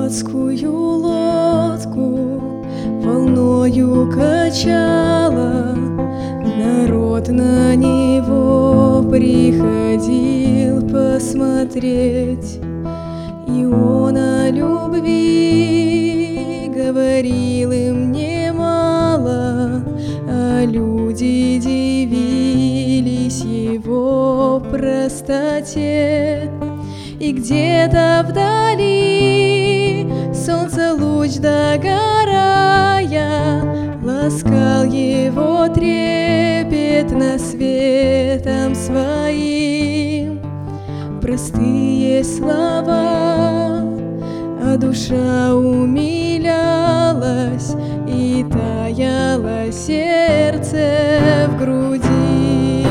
Рыбацкую лодку волною качала, народ на него приходил посмотреть. И он о любви говорил им немало, а люди дивились его простоте. И где-то вдали солнце луч догорая ласкал его трепетно светом своим. Простые слова, а душа умилялась, и таяло сердце в груди.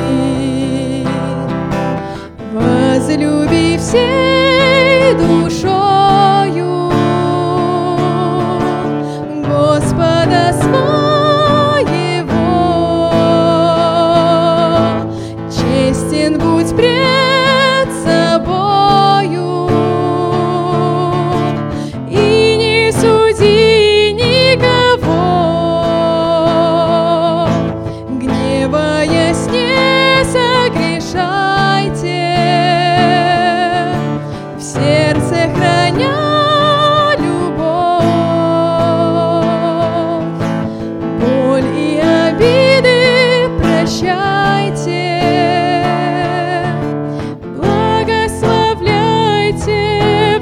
Возлюби всей душою Господа своего, честен будь пред собою и не суди никого, гневаясь не согрешайте, в сердце храня любовь. Боль и обиды прощайте, благословляйте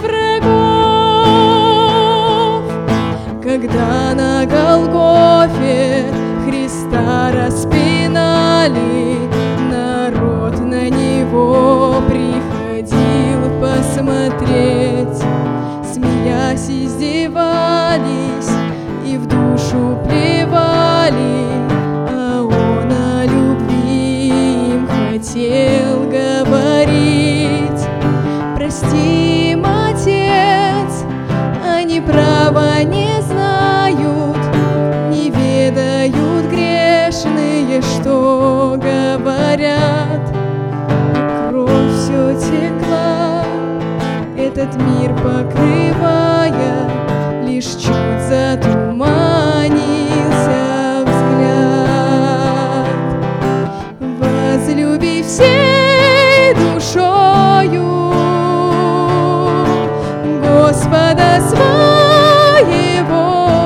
врагов. Когда на Голгофе Христа распинали, народ на него приходил посмотреть. Смеясь, издевались и в душу плевали, а он о любви им хотел говорить. Прости им, Отец, они права не знают, не ведают грешные, что говорят. Кровь все текла, этот мир покрывая, лишь чуть затуманился взгляд. Возлюби всей душою Господа своего,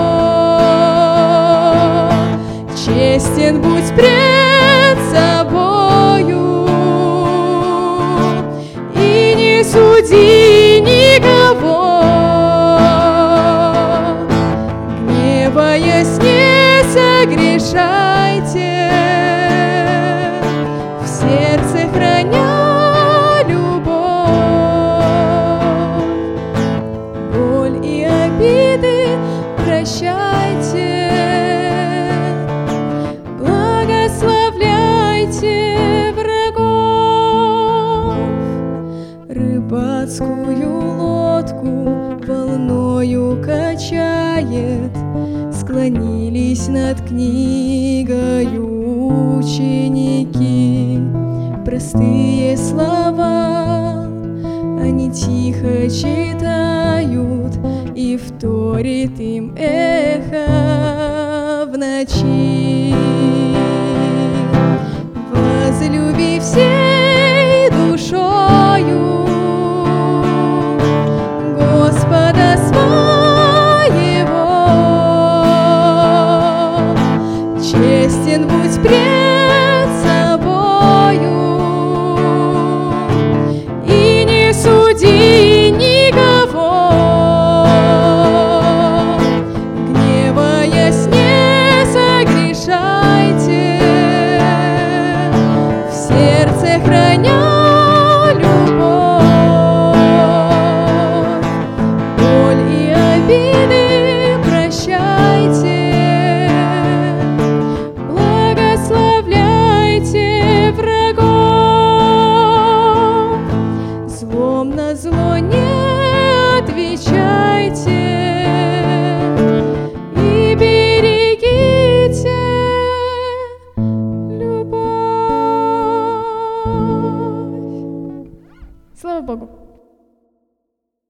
честен будь пред собою и не суди никого, гневаясь не согрешайте, в сердце храня любовь. Боль и обиды прощайте, благословляйте врагов. Рыбацкую лодку волною качает, склонились над книгою ученики. Простые слова они тихо читают, и вторит им эхо в ночи. Возлюби всей душою Господа своего, честен будь пред собою и не суди никого, гневаясь не согрешайте, в сердце храня любовь. Боль и обиды прощайте, благословляйте врагов. Злом на зло не отвечайте и берегите любовь. Слава Богу!